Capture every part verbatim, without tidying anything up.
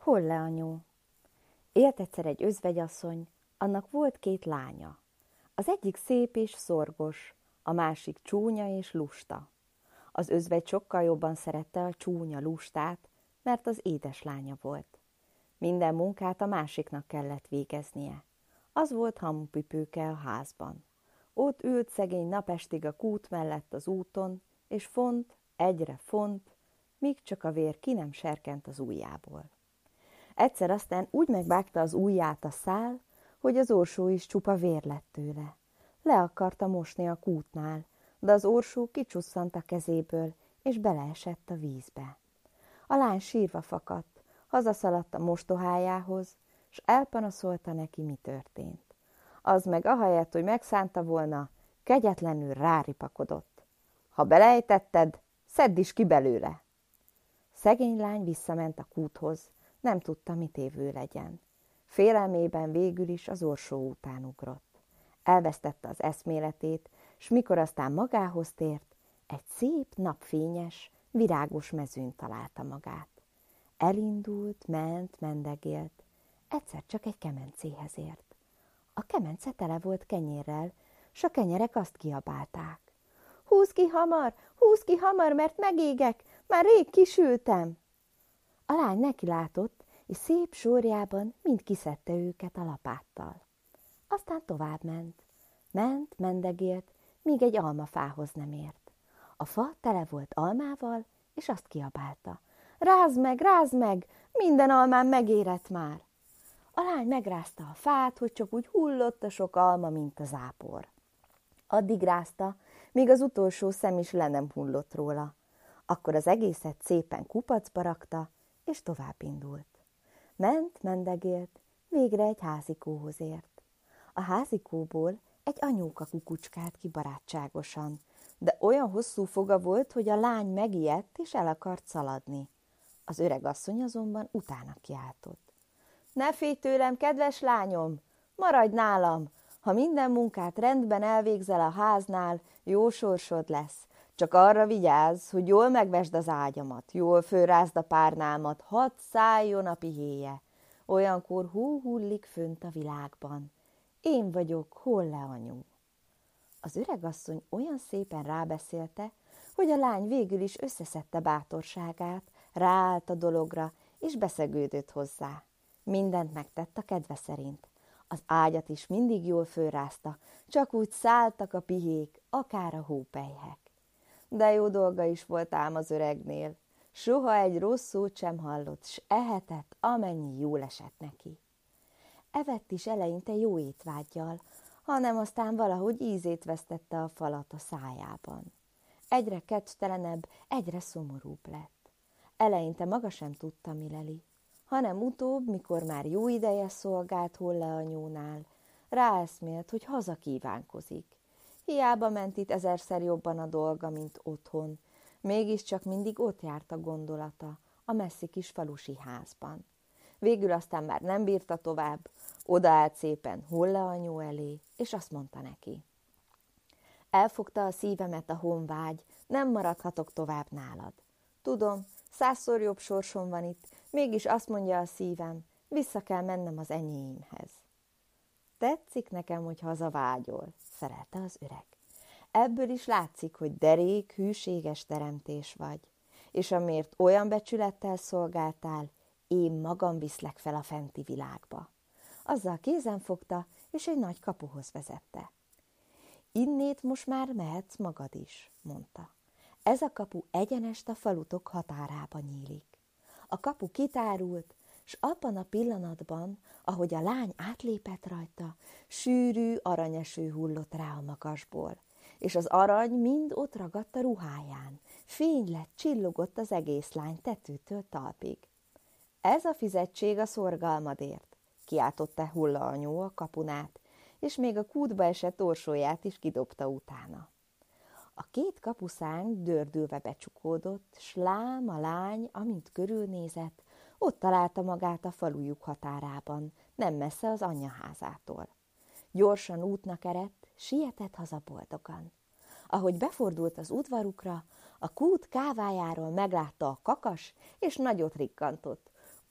Holle anyu. Élt egyszer egy özvegyasszony, annak volt két lánya. Az egyik szép és szorgos, a másik csúnya és lusta. Az özvegy sokkal jobban szerette a csúnya lustát, mert az édeslánya volt. Minden munkát a másiknak kellett végeznie. Az volt hamupipőke a házban. Ott ült szegény napestig a kút mellett az úton, és font, egyre font, míg csak a vér ki nem serkent az ujjából. Egyszer aztán úgy megvágta az ujját a szál, hogy az orsó is csupa vér lett tőle. Le akarta mosni a kútnál, de az orsó kicsusszant a kezéből, és beleesett a vízbe. A lány sírva fakadt, hazaszaladt a mostohájához, s elpanaszolta neki, mi történt. Az meg ahelyett, hogy megszánta volna, kegyetlenül ráripakodott. Ha belejtetted, szedd is ki belőle. Szegény lány visszament a kúthoz, nem tudta, mit évő legyen. Félelmében végül is az orsó után ugrott. Elvesztette az eszméletét, s mikor aztán magához tért, egy szép, napfényes, virágos mezőn találta magát. Elindult, ment, mendegélt, egyszer csak egy kemencéhez ért. A kemence tele volt kenyérrel, s a kenyerek azt kiabálták. Húzd ki hamar, húzd ki hamar, mert megégek, már rég kisültem. A lány nekilátott, és szép sorjában mind kiszedte őket a lapáttal. Aztán tovább ment. Ment, mendegélt, míg egy almafához nem ért. A fa tele volt almával, és azt kiabálta. Rázd meg, rázd meg, minden almám megérett már. A lány megrázta a fát, hogy csak úgy hullott a sok alma, mint a zápor. Addig rázta, míg az utolsó szem is le nem hullott róla. Akkor az egészet szépen kupacba rakta, és tovább indult. Ment, mendegélt, végre egy házikóhoz ért. A házikóból egy anyóka kukucskált ki barátságosan, de olyan hosszú foga volt, hogy a lány megijedt és el akart szaladni. Az öreg asszony azonban utána kiáltott. Ne félj tőlem, kedves lányom, maradj nálam, ha minden munkát rendben elvégzel a háznál, jó sorsod lesz. Csak arra vigyázz, hogy jól megvesd az ágyamat, jól fölrázd a párnámat, hadd szálljon a pihéje. Olyankor hú hullik fönt a világban. Én vagyok Holle anyu. Az öregasszony olyan szépen rábeszélte, hogy a lány végül is összeszedte bátorságát, ráállt a dologra, és beszegődött hozzá. Mindent megtett a kedve szerint. Az ágyat is mindig jól fölrázta, csak úgy szálltak a pihék, akár a hópelyhek. De jó dolga is volt ám az öregnél. Soha egy rossz szót sem hallott, s ehetett, amennyi jól esett neki. Evett is eleinte jó étvággyal, hanem aztán valahogy ízét vesztette a falat a szájában. Egyre kedvtelenebb, egyre szomorúbb lett. Eleinte maga sem tudta, mi leli, hanem utóbb, mikor már jó ideje szolgált Holle anyónál, ráeszmélt, hogy haza kívánkozik. Hiába ment itt ezerszer jobban a dolga, mint otthon, mégiscsak mindig ott járt a gondolata, a messzi kis falusi házban. Végül aztán már nem bírta tovább, odaállt szépen Holle anyó elé, és azt mondta neki. Elfogta a szívemet a honvágy, nem maradhatok tovább nálad. Tudom, százszor jobb sorsom van itt, mégis azt mondja a szívem, vissza kell mennem az enyéimhez. Tetszik nekem, hogy hazavágyol, felelte az öreg. Ebből is látszik, hogy derék, hűséges teremtés vagy, és amiért olyan becsülettel szolgáltál, én magam viszlek fel a fenti világba. Azzal kézen fogta, és egy nagy kapuhoz vezette. Innét most már mehetsz magad is, mondta. Ez a kapu egyenest a falutok határába nyílik. A kapu kitárult, s abban a pillanatban, ahogy a lány átlépett rajta, sűrű aranyeső hullott rá a magasból, és az arany mind ott ragadt a ruháján. Fény lett, csillogott az egész lány tetőtől talpig. Ez a fizetség a szorgalmadért, kiáltotta Holle anyu a kapunát, és még a kútba esett orsóját is kidobta utána. A két kapuszánk dördülve becsukódott, s lám a lány, amint körülnézett, ott találta magát a falujuk határában, nem messze az anyjaházától. Gyorsan útnak eredt, sietett haza boldogan. Ahogy befordult az udvarukra, a kút kávájáról meglátta a kakas, és nagyot rikkantott.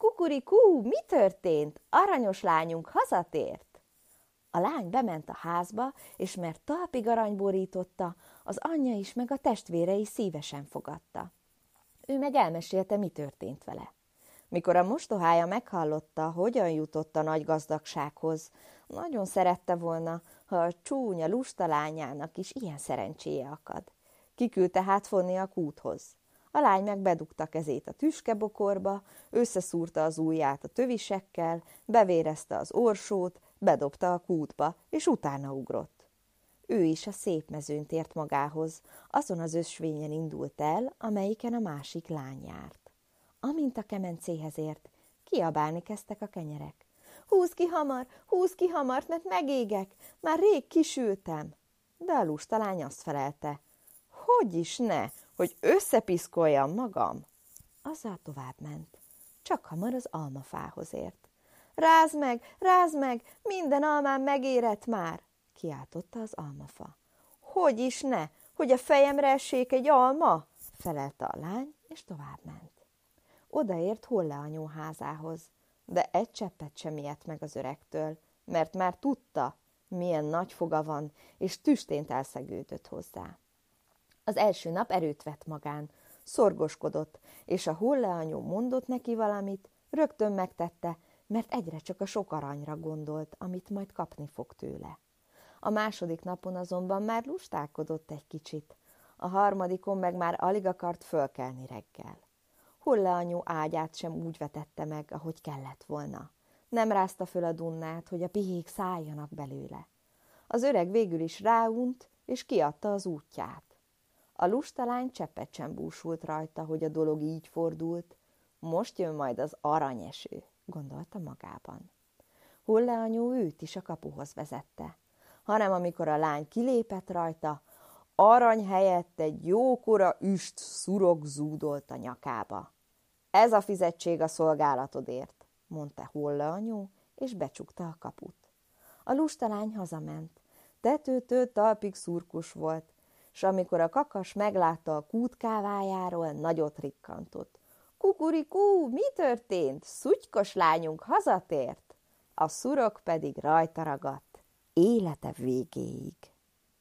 Kukurikú, mi történt? Aranyos lányunk hazatért! A lány bement a házba, és mert talpig arany borította, az anyja is meg a testvérei szívesen fogadta. Ő meg elmesélte, mi történt vele. Mikor a mostohája meghallotta, hogyan jutott a nagy gazdagsághoz, nagyon szerette volna, ha a csúnya, lusta lányának is ilyen szerencséje akad. Kiküldte hát fonni a kúthoz. A lány meg bedugta kezét a tüskebokorba, összeszúrta az ujját a tövisekkel, bevérezte az orsót, bedobta a kútba, és utána ugrott. Ő is a szép mezőn tért magához, azon az ösvényen indult el, amelyiken a másik lány járt. Amint a kemencéhez ért, kiabálni kezdtek a kenyerek. Húzd ki hamar, húzd ki hamar, mert megégek, már rég kisültem. De a lusta lány azt felelte, hogy is ne, hogy összepiszkoljam magam. Azzal tovább ment, csak hamar az almafához ért. Rázd meg, rázd meg, minden almám megérett már, kiáltotta az almafa. Hogy is ne, hogy a fejemre essék egy alma, felelte a lány, és tovább ment. Odaért Holle anyó házához, de egy cseppet sem ijedt meg az öregtől, mert már tudta, milyen nagy foga van, és tüstént elszegődött hozzá. Az első nap erőt vett magán, szorgoskodott, és a Holle anyó mondott neki valamit, rögtön megtette, mert egyre csak a sok aranyra gondolt, amit majd kapni fog tőle. A második napon azonban már lustálkodott egy kicsit, a harmadikon meg már alig akart fölkelni reggel. Holle anyu ágyát sem úgy vetette meg, ahogy kellett volna. Nem rázta föl a dunnát, hogy a pihék szálljanak belőle. Az öreg végül is ráunt, és kiadta az útját. A lustalány cseppet sem búsult rajta, hogy a dolog így fordult. Most jön majd az aranyeső, gondolta magában. Holle anyu őt is a kapuhoz vezette, hanem amikor a lány kilépett rajta, arany helyett egy jókora üst szurok zúdolt a nyakába. Ez a fizetség a szolgálatodért, mondta Holle anyu, és becsukta a kaput. A lustalány hazament, tetőtől talpig szurkus volt, s amikor a kakas meglátta a kút kávájáról, nagyot rikkantott. Kukurikú, mi történt? Szutykos lányunk hazatért? A szurok pedig rajta ragadt, élete végéig.